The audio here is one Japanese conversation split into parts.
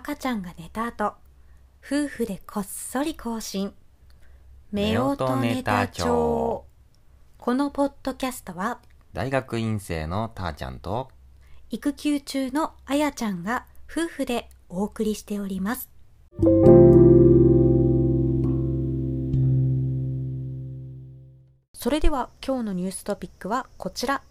赤ちゃんが寝た後、夫婦でこっそり更新。夫婦ネタ帳。このポッドキャストは、 大学院生のたーちゃんと育休中のあやちゃんが夫婦でお送りしております。それでは今日のニューストピックはこちら。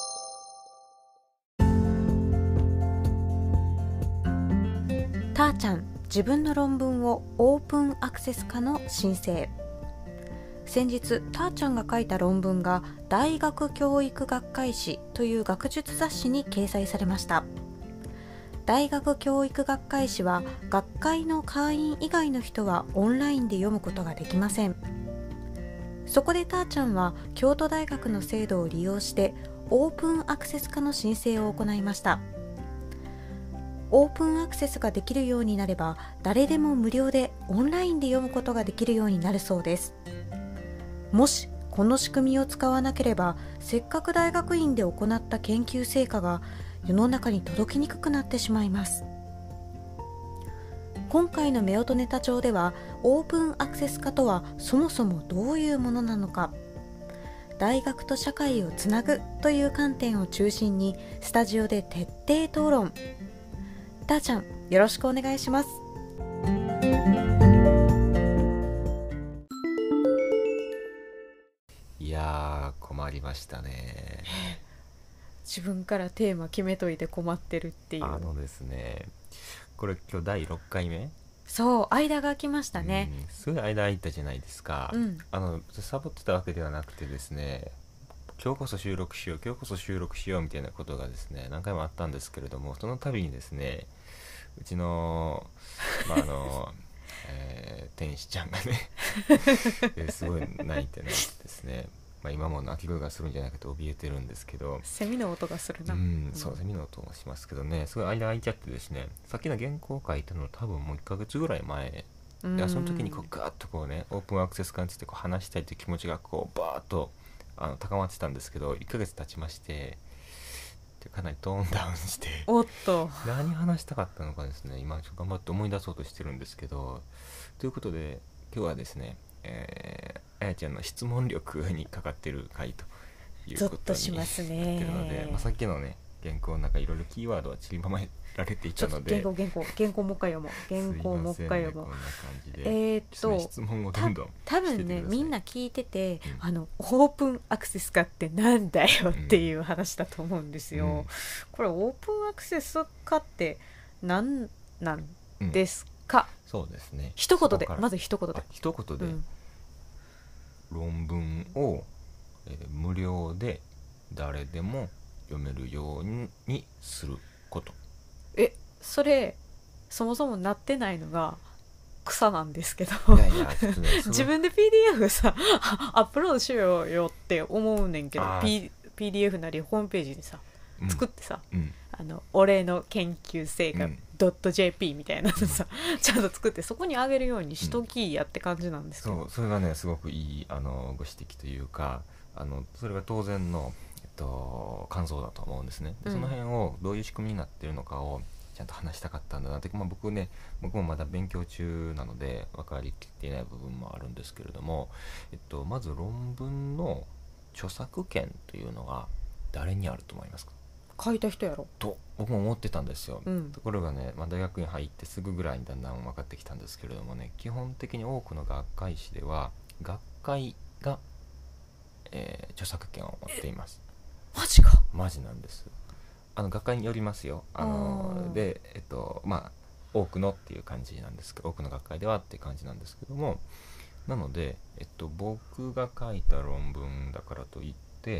たーちゃん、自分の論文をオープンアクセス化の申請。先日、たーちゃんが書いた論文が大学教育学会誌という学術雑誌に掲載されました。大学教育学会誌は学会の会員以外の人はオンラインで読むことができません。そこでたーちゃんは京都大学の制度を利用してオープンアクセス化の申請を行いました。オープンアクセスができるようになれば、誰でも無料でオンラインで読むことができるようになるそうです。もしこの仕組みを使わなければ、せっかく大学院で行った研究成果が世の中に届きにくくなってしまいます。今回の夫婦ネタ帳では、オープンアクセス化とはそもそもどういうものなのか、大学と社会をつなぐという観点を中心にスタジオで徹底討論。たーちゃん、よろしくお願いします。 いやー困りましたね。 自分からテーマ決めといて困ってるっていう。 ですね、これ今日第6回目。 そう、間が空きましたね。 すごい間空いたじゃないですか。サボってたわけではなくてですね、今日こそ収録しようみたいなことがですね何回もあったんですけれども、その度にですね、うちの天使ちゃんがねすごい泣いてですね、今も泣き声がするんじゃないかと怯えてるんですけど、 セミの音がするな。 そう、セミの音もしますけどね、すごい間空いちゃってですね、さっきの原稿を書いたの多分もう1ヶ月ぐらい前で、その時にガーッとこうね、オープンアクセス化について話したいという気持ちがこうバーッと高まってたんですけど、1ヶ月経ちましてかなりトーンダウンして、 おっと、 何話したかったのかですね、今ちょっと頑張って思い出そうとしてるんですけど、ということで今日はですね、あやちゃんの質問力にかかってる回ということになってるので、さっきのね原稿の中いろいろキーワードは散りばめられていたので、 原稿もう一回読もう。原稿もう一回読もう。 こんな感じで質問をどんどん多分ね、みんな聞いてて、オープンアクセス化ってなんだよっていう話だと思うんですよ。これオープンアクセス化って何なんですか？ そうですね、 一言で、まず一言で論文を、無料で誰でも読めるようにすること。 それそもそもなってないのが草なんですけど、自分で PDF さアップロードしようよって思うねんけど、PDF なりホームページでさ作ってさ、俺の研究成果、.jp みたいなのさ、ちゃんと作ってそこにあげるようにしときやって感じなんですけど、 そう、それがねすごくいいご指摘というか、それが当然の、感想だと思うんですね。でその辺をどういう仕組みになっているのかをちゃんと話したかったんだなって、僕もまだ勉強中なので分かりきっていない部分もあるんですけれども、まず論文の著作権というのが誰にあると思いますか？ 書いた人やろと僕も思ってたんですよ。ところがね、大学に入ってすぐぐらいにだんだん分かってきたんですけれどもね、基本的に多くの学会誌では学会が、著作権を持っています。 マジか。 マジなんです。学会によりますよ。で多くのっていう感じなんですけど、多くの学会ではっていう感じなんですけども、なので、僕が書いた論文だからといって、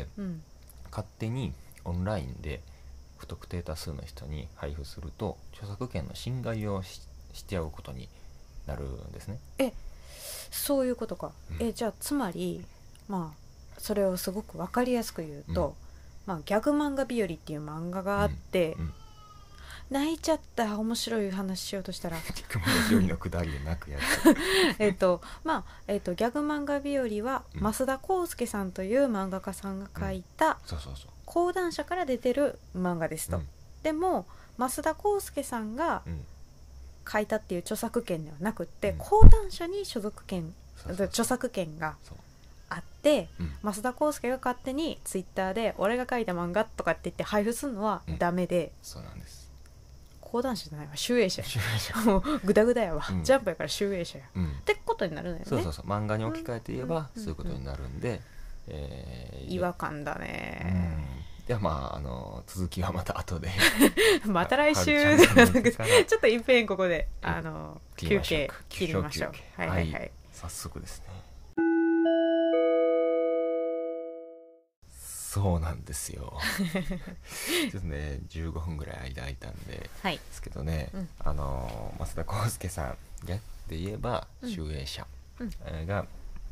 勝手にオンラインで不特定多数の人に配布すると著作権の侵害をしてやることになるんですね。 そういうことか。じゃあつまりそれをすごく分かりやすく言うと、ギャグ漫画日和っていう漫画があって、泣いちゃった。面白い話しようとしたらギャグ漫画日和のくだりで泣くやつギャグ漫画日和は増田康介さんという漫画家さんが書いた講談社から出てる漫画ですと。でも増田康介さんが書いたっていう著作権ではなくって、 うん講談社に所属権、 そうそう著作権がそう、 あって、 うん増田康介が勝手にツイッターで俺が書いた漫画とかって言って配布するのはダメで、 そうなんです。 講談社じゃないわ、集英社や集英社もうグダグダやわ、 うんジャンプやから集英社や、 うんってことになるのよね。 そうそうそう、漫画に置き換えて言えばうんそういうことになるんで、 違和感だうん、 ね、 いやまあ続きはまた後でまた来週はるではなくてちゃんがからちょっと一遍ここで休切りましょう憩切りましょう。はいはいはい、 早速ですね。そうなんですよちょっとね15分ぐらい間空いたんで、 はい、 ですけどね、 うん増田康介さんで言えば集英社が、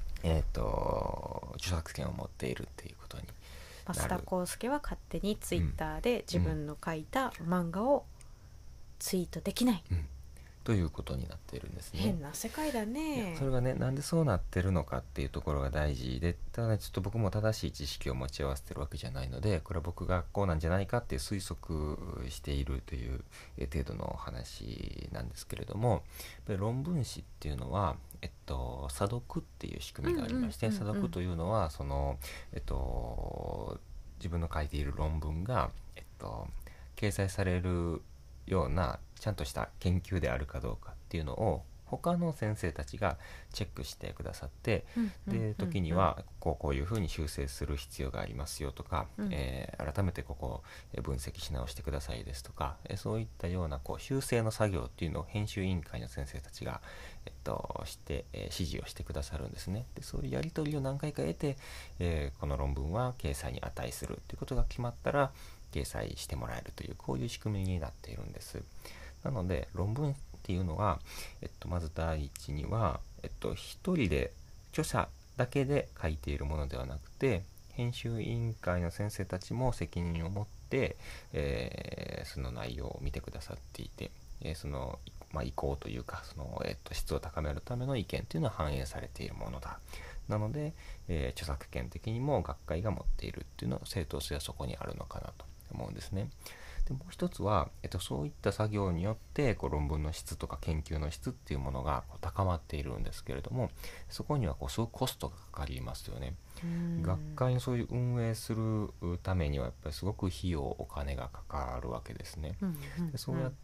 著作権を持っているっていうことになる。 増田康介は勝手にツイッターで自分の書いた漫画をツイートできない、 ということになっているんですね。 変な世界だね。 それがね、なんでそうなってるのかっていうところが大事で、ただねちょっと僕も正しい知識を持ち合わせてるわけじゃないので、これは僕がこうなんじゃないかっていう推測しているという程度の話なんですけれども、やっぱり論文誌っていうのは査読っていう仕組みがありまして、査読というのはその自分の書いている論文が掲載されるようなちゃんとした研究であるかどうかっていうのを他の先生たちがチェックしてくださって、で時にはこういうふうに修正する必要がありますよとか、改めてここを分析し直してくださいですとか、そういったような修正の作業っていうのを編集委員会の先生たちが、して、指示をしてくださるんですね。でそういうやり取りを何回か得て、この論文は掲載に値するということが決まったら掲載してもらえるという、こういう仕組みになっているんです。なので論文っていうのは、まず第一には、一人で著者だけで書いているものではなくて、編集委員会の先生たちも責任を持って、その内容を見てくださっていて、その、意向というか質を高めるための意見というのは反映されているものだ。なので、著作権的にも学会が持っているっていうの正当性はそこにあるのかなと思うんですね。でもう一つは、そういった作業によって論文の質とか研究の質っていうものが高まっているんですけれども、そこにはすごくコストがかかりますよね。学会のそういう運営するためにはやっぱりすごく費用お金がかかるわけですね。でそうやって、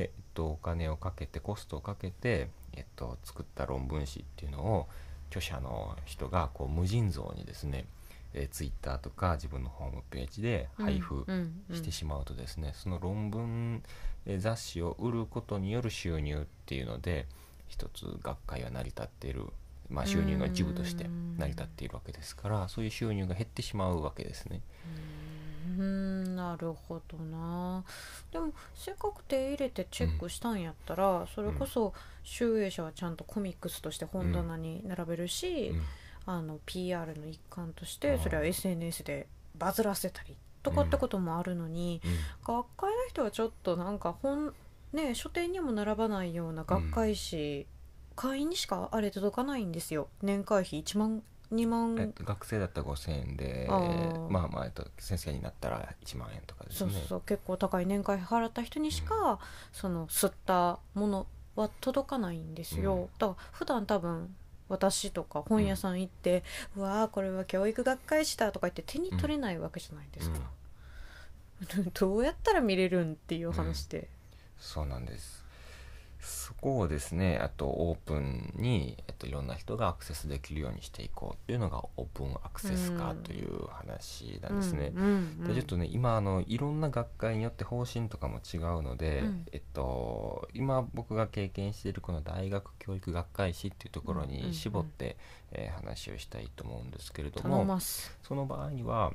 お金をかけてコストをかけて、作った論文誌っていうのを著者の人が無尽蔵にですねツイッターとか自分のホームページで配布してしまうとですね、その論文雑誌を売ることによる収入っていうので一つ学会は成り立っている、収入の一部として成り立っているわけですから、そういう収入が減ってしまうわけですね。 なるほどな。でもせっかく手入れてチェックしたんやったら、それこそ集英社はちゃんとコミックスとして本棚に並べるし、PR の一環としてそれは SNS でバズらせたりとかってこともあるのに、学会の人はちょっとなんか書店にも並ばないような学会誌、会員にしかあれ届かないんですよ。年会費1万2万、 学生だったら5000円で先生になったら1万円とかですね。 そう結構高い年会費払った人にしか、その吸ったものは届かないんですよ。だから普段多分私とか本屋さん行って、うわーこれは教育学会誌だとか言って手に取れないわけじゃないですか。どうやったら見れるんっていう話で、 そうなんです。そこをですね、あとオープンに、いろんな人がアクセスできるようにしていこうというのがオープンアクセス化という話なんですね。でちょっとね今いろんな学会によって方針とかも違うので、今僕が経験しているこの大学教育学会誌っていうところに絞って、話をしたいと思うんですけれども、その場合には、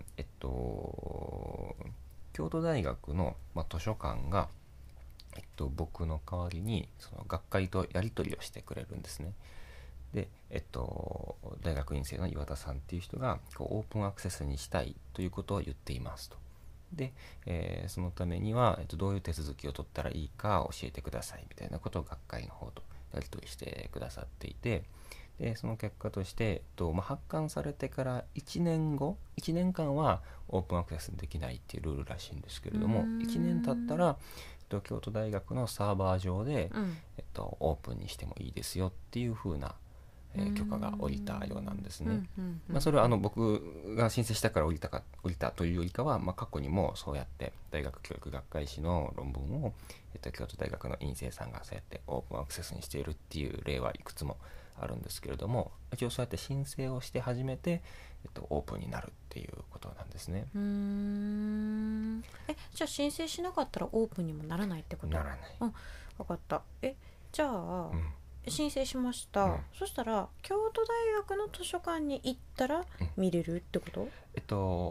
京都大学の、図書館が僕の代わりにその学会とやり取りをしてくれるんですね。で、大学院生の岩田さんっていう人がオープンアクセスにしたいということを言っていますと。で、そのためには、どういう手続きを取ったらいいか教えてくださいみたいなことを学会の方とやり取りしてくださっていて、でその結果として、発刊されてから1年間はオープンアクセスできないっていうルールらしいんですけれども、1年経ったら京都大学のサーバー上で、 うんオープンにしてもいいですよっていう風な、許可が下りたようなんですね。それは僕が申請したから下りたというよりかは、過去にもそうやって大学教育学会誌の論文を、京都大学の院生さんがそうやってオープンアクセスにしているっていう例はいくつもあるんですけれども、一応そうやって申請をして初めて、オープンになるっていうことなんですね。 じゃあ申請しなかったらオープンにもならないってこと？ ならない。 分かった。じゃあ、 うん申請しました、そしたら京都大学の図書館に行ったら見れるってこと？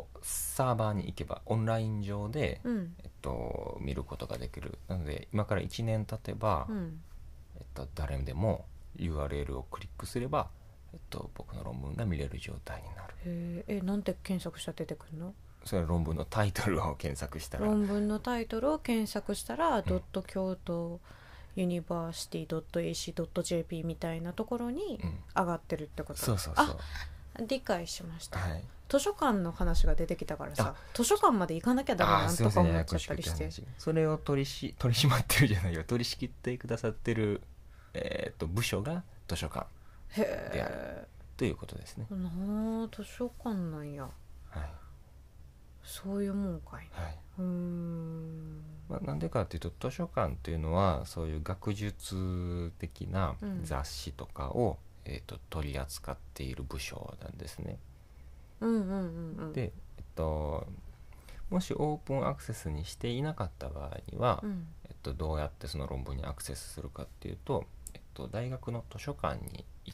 サーバーに行けばオンライン上で、 うん見ることができる。なので今から1年経てば、誰でも URL をクリックすれば、僕の論文が見れる状態になる。 なんて検索したら出てくるの？ それは論文のタイトルを検索したら、 論文のタイトルを検索したら、ドット京都ユニバーシティ .ac.jp みたいなところに上がってるってこと？ そうそうそう。 理解しました、 はい、 図書館の話が出てきたからさ、図書館まで行かなきゃダメなんとか思っちゃったりして、 それを取り締まってるじゃないよ、取り仕切ってくださってる、部署が図書館であるということですね。 図書館なんや。 はい、 そういうもんかいな。 はい、なんでかっていうと、図書館っていうのはそういう学術的な雑誌とかを、取り扱っている部署なんですね。で、もしオープンアクセスにしていなかった場合には、どうやってその論文にアクセスするかっていうと、大学の図書館に行って、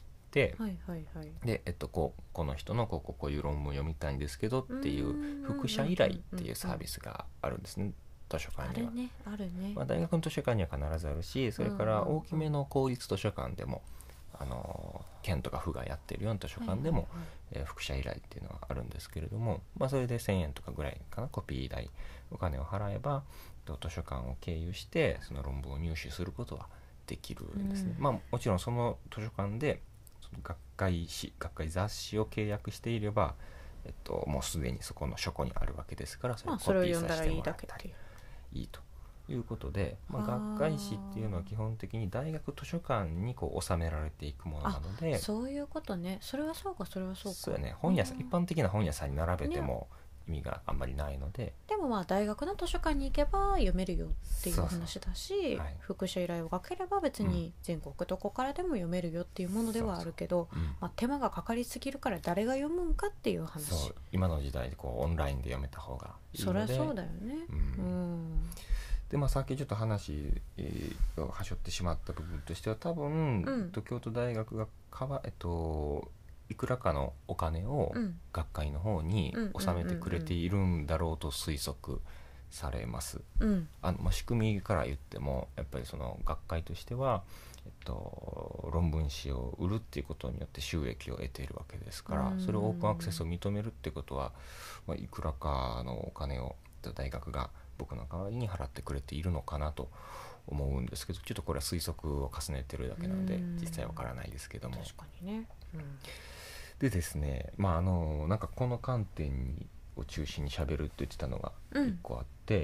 で、この人のこういう論文読みたいんですけどっていう複写依頼っていうサービスがあるんですね、図書館には。 あるね。 大学の図書館には必ずあるし、それから大きめの公立図書館でも、県とか府がやってるような図書館でも、複写依頼っていうのはあるんですけれども、それで1000円とかぐらいかな、コピー代お金を払えば図書館を経由してその論文を入手することはできるんですね。もちろんその図書館でその学会雑誌を契約していれば、もうすでにそこの書庫にあるわけですから、それをコピーさせてもらったりいいということで、学会誌っていうのは基本的に大学図書館に収められていくものなので。 そういうことね。それはそうか。 そうやね。本屋さん、一般的な本屋さんに並べても意味があんまりないので、 でも大学の図書館に行けば読めるよっていう話だし、複写依頼をかければ別に全国どこからでも読めるよっていうものではあるけど、手間がかかりすぎるから誰が読むんかっていう話。 そう、今の時代でオンラインで読めた方がいいので。 そりゃそうだよね。 で、さっきちょっと話をはしょってしまった部分としては、多分、京都大学がいくらかのお金を学会の方に納めてくれているんだろうと推測されます。仕組みから言ってもやっぱりその学会としては、論文誌を売るっていうことによって収益を得ているわけですから、それをオープンアクセスを認めるってことは、いくらかのお金を大学が僕の代わりに払ってくれているのかなと思うんですけど、ちょっとこれは推測を重ねてるだけなので実際わからないですけども。 確かにね。 でですね、なんかこの観点を中心にしゃべるって言ってたのが1個あって、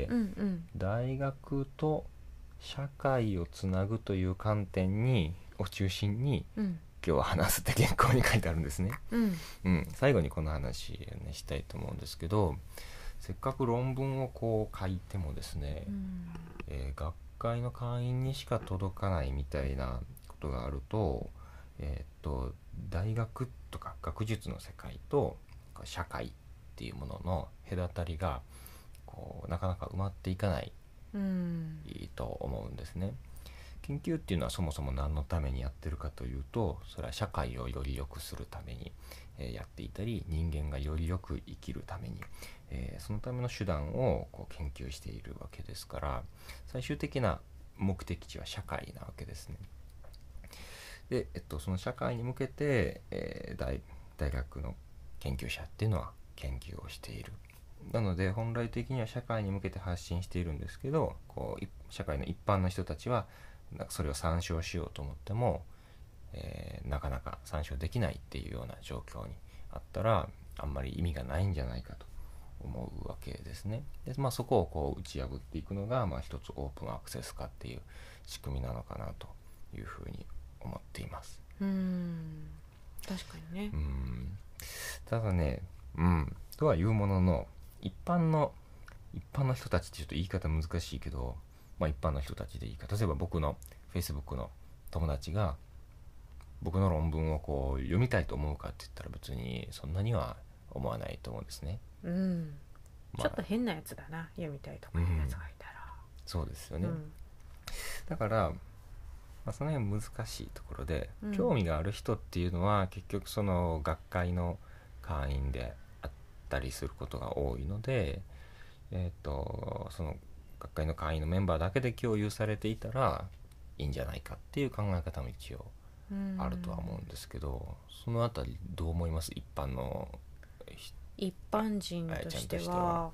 大学と社会をつなぐという観点を中心に、今日は話すって原稿に書いてあるんですね。最後にこの話を、したいと思うんですけど、せっかく論文を書いてもですね、学会の会員にしか届かないみたいなことがあると、大学とか学術の世界と社会っていうものの隔たりがなかなか埋まっていかないと思うんですね。研究っていうのはそもそも何のためにやってるかというと、それは社会をより良くするためにやっていたり、人間がよりよく生きるために、そのための手段を研究しているわけですから、最終的な目的地は社会なわけですね。で、その社会に向けて、大学の研究者っていうのは研究をしている。なので本来的には社会に向けて発信しているんですけど、社会の一般の人たちはそれを参照しようと思っても、なかなか参照できないっていうような状況にあったら、あんまり意味がないんじゃないかと思うわけですね。で、まあ、そこをこう打ち破っていくのが、まあ、一つオープンアクセス化っていう仕組みなのかなというふうに思っています。 確かにね。 ただね、とはいうものの、一般の人たちってちょっと言い方難しいけど、まあ、一般の人たちでいいか、例えば僕の Facebook の友達が僕の論文をこう読みたいと思うかって言ったら別にそんなには思わないと思うんですね。 ちょっと変なやつだな、読みたいとかいうやつがいたら、 そうですよね。だから、まあ、その辺難しいところで、興味がある人っていうのは結局その学会の会員であったりすることが多いので、その学会の会員のメンバーだけで共有されていたらいいんじゃないかっていう考え方も一応あるとは思うんですけど、そのあたりどう思います？一般人としては、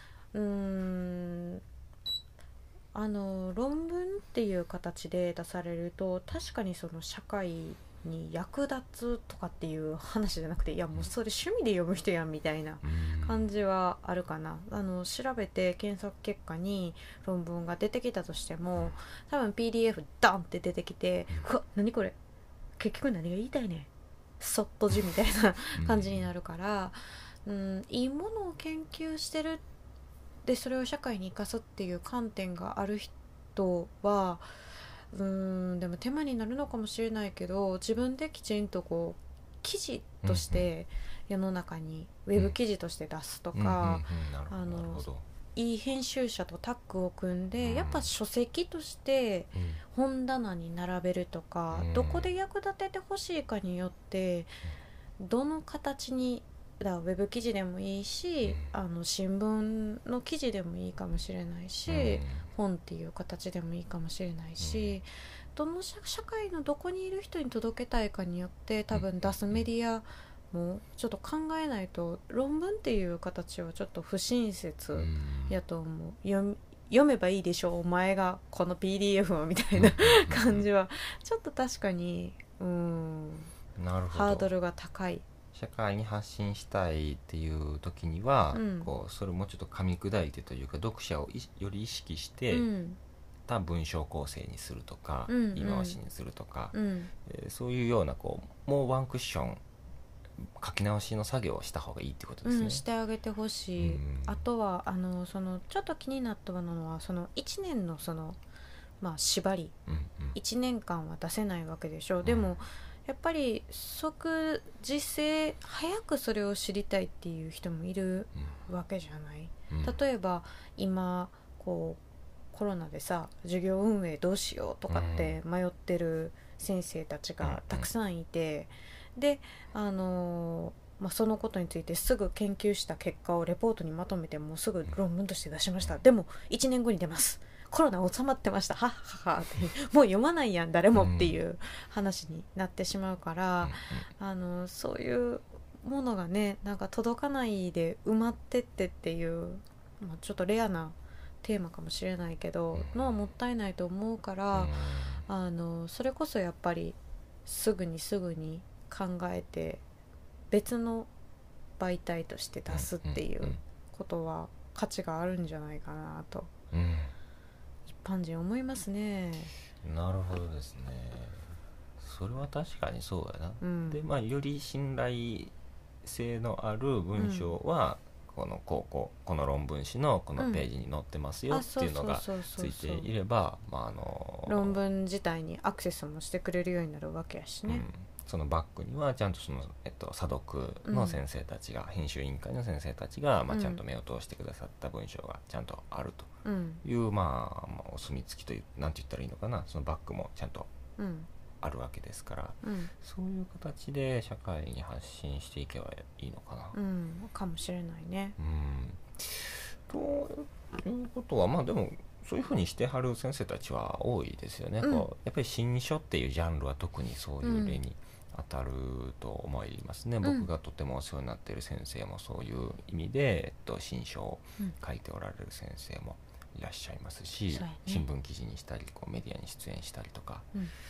論文っていう形で出されると確かにその社会に役立つとかっていう話じゃなくて、いやもうそれ趣味で読む人やんみたいな感じはあるかな。調べて検索結果に論文が出てきたとしても、多分 PDF ダンって出てきて、うわ何これ結局何が言いたいねんそっとじみたいな感じになるから、いいものを研究してるでそれを社会に生かすっていう観点がある人はでも手間になるのかもしれないけど、自分できちんとこう記事として世の中にウェブ記事として出すとか、いい編集者とタッグを組んで、やっぱ書籍として本棚に並べるとか、どこで役立ててほしいかによってどの形にウェブ記事でもいいし、新聞の記事でもいいかもしれないし、本っていう形でもいいかもしれないし、どの社会のどこにいる人に届けたいかによって多分出すメディアもちょっと考えないと、論文っていう形はちょっと不親切やと思う。読めばいいでしょお前がこの PDF をみたいな感じはちょっと確かになるほど、 ハードルが高い。 社会に発信したいっていう時には、こうそれをもうちょっと噛み砕いてというか、読者をより意識してた文章構成にするとか、言い回しにするとか、そういうようなこうもうワンクッション書き直しの作業をした方がいいってことですね。 してあげてほしい。あとはそのちょっと気になったのは、その1年のその、縛り、1年間は出せないわけでしょ。でもやっぱり即時性早くそれを知りたいっていう人もいるわけじゃない。例えば今こうコロナでさ、授業運営どうしようとかって迷ってる先生たちがたくさんいて、でそのことについてすぐ研究した結果をレポートにまとめてもうすぐ論文として出しました。でも1年後に出ます。コロナ収まってましたはっはっはってもう読まないやん誰もっていう話になってしまうから、そういうものがね、なんか届かないで埋まってっていう、ちょっとレアなテーマかもしれないけどのはもったいないと思うから、それこそやっぱりすぐに考えて別の媒体として出すっていうことは価値があるんじゃないかなと、一般人思いますね。 なるほどですね。それは確かにそうやな、でより信頼性のある文章は、この論文誌のこのページに載ってますよっていうのがついていれば、 論文自体にアクセスもしてくれるようになるわけやしね、 そのバックにはちゃんとその、査読の先生たちが、編集委員会の先生たちが、ちゃんと目を通してくださった文章がちゃんとあるという、お墨付きというなんて言ったらいいのかな、そのバックもちゃんとあるわけですから、そういう形で社会に発信していけばいいのかな、 かもしれないね。 ということはでもそういうふうにしてはる先生たちは多いですよね、こうやっぱり新書っていうジャンルは特にそういう例に当たると思いますね、僕がとてもお世話になっている先生もそういう意味で、新書を書いておられる先生もいらっしゃいますし、新聞記事にしたりメディアに出演したりとか、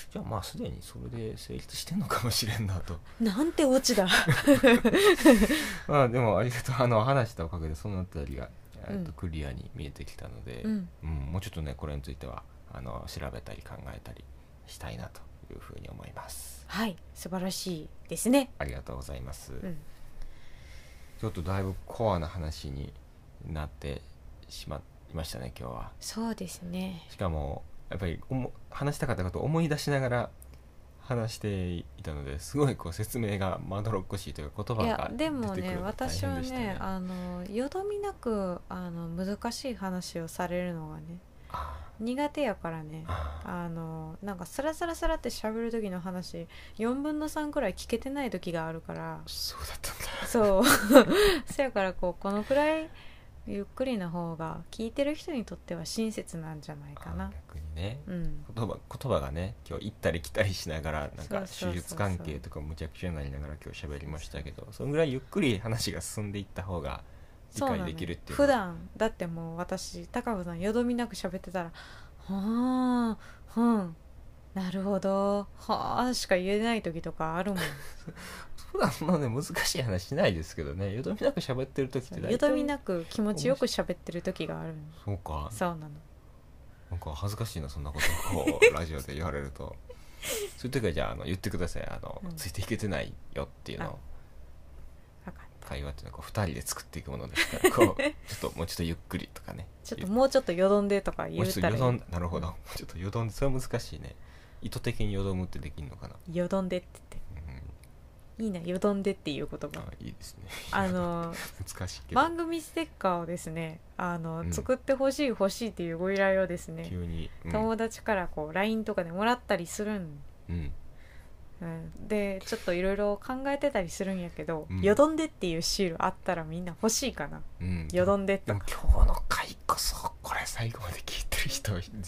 じゃあまあすでにそれで成立してんのかもしれんなとなんてオチだまあでもありがとう、話したおかげでそのあたりが、 うんクリアに見えてきたので、 うんもうちょっとねこれについては調べたり考えたりしたいなというふうに思います。 はい素晴らしいですね。 ありがとうございます、 うんちょっとだいぶコアな話になってしまいましたね今日は。 そうですね。 しかもやっぱり話したかったことを思い出しながら話していたので、すごいこう説明がまどろっこしいというか言葉いがやでも出てくるねのが大私は変でしたね。 ねよどみなく難しい話をされるのがねあ苦手やからね、 あなんかスラスラスラって喋る時の話4分の3くらい聞けてない時があるからそうだったんだ。 そうそやからこのくらいゆっくりな方が聞いてる人にとっては親切なんじゃないかな。 逆にね、 うん言葉がね今日行ったり来たりしながらなんかそうそうそうそう手術関係とかむちゃくちゃになりながら今日喋りましたけど、そのぐらいゆっくり話が進んでいった方が理解そうなのできるっていう普段だってもう私高子さんよどみなく喋ってたらはあなるほどはあしか言えない時とかあるもん普段そんなね難しい話しないですけどね、よどみなく喋ってる時って大体よどみなく気持ちよく喋ってる時がある。 そうか、 そうなの。 なんか恥ずかしいなそんなことをこうラジオで言われるとそういう時はじゃあ言ってください、ついていけてないよっていうのを。 分かった。 会話っていうのは2人で作っていくものですからこうちょっともうちょっとゆっくりとかね、 ちょっともうちょっとよどんでとかも言うたらいい。 うちょっとよどんなるほど、もうちょっとよどんで、それは難しいね。意図的によどむってできるのかな。 よどんでって言っていいな、よどんでっていう言葉。 いいですね難しいけど番組ステッカーをですねん作ってほしいっていうご依頼をですね、 急に、 友達からLINE とかでもらったりするうんでちょっといろいろ考えてたりするんやけど、 うんよどんでっていうシールあったらみんな欲しいかな。よどんででもとか今日の回こそこれ最後まで聞いてる人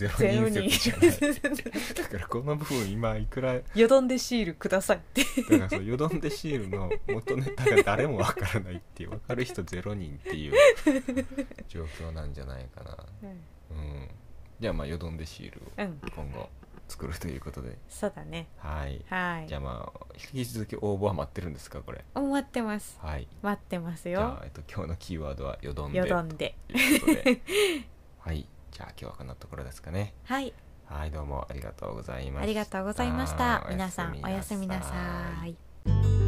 0人説じゃないだからこの部分今いくらよどんでシールくださいってだからよどんでシールの元ネタが誰もわからないっていう、わかる人0人っていう状況なんじゃないかな。じゃあまあよどんでシールを今後作るということで、 そうだね。 はいはいじゃあまあ引き続き応募は待ってるんですかこれ。 待ってます。 はい待ってますじゃよ。 あ、今日のキーワードはよどんでよどんで。 ということではいじゃあ今日はこんなところですかね。 はい、 はいどうもありがとうございました。 ありがとうございました。 おやすみ皆さんおやすみなさい。 い。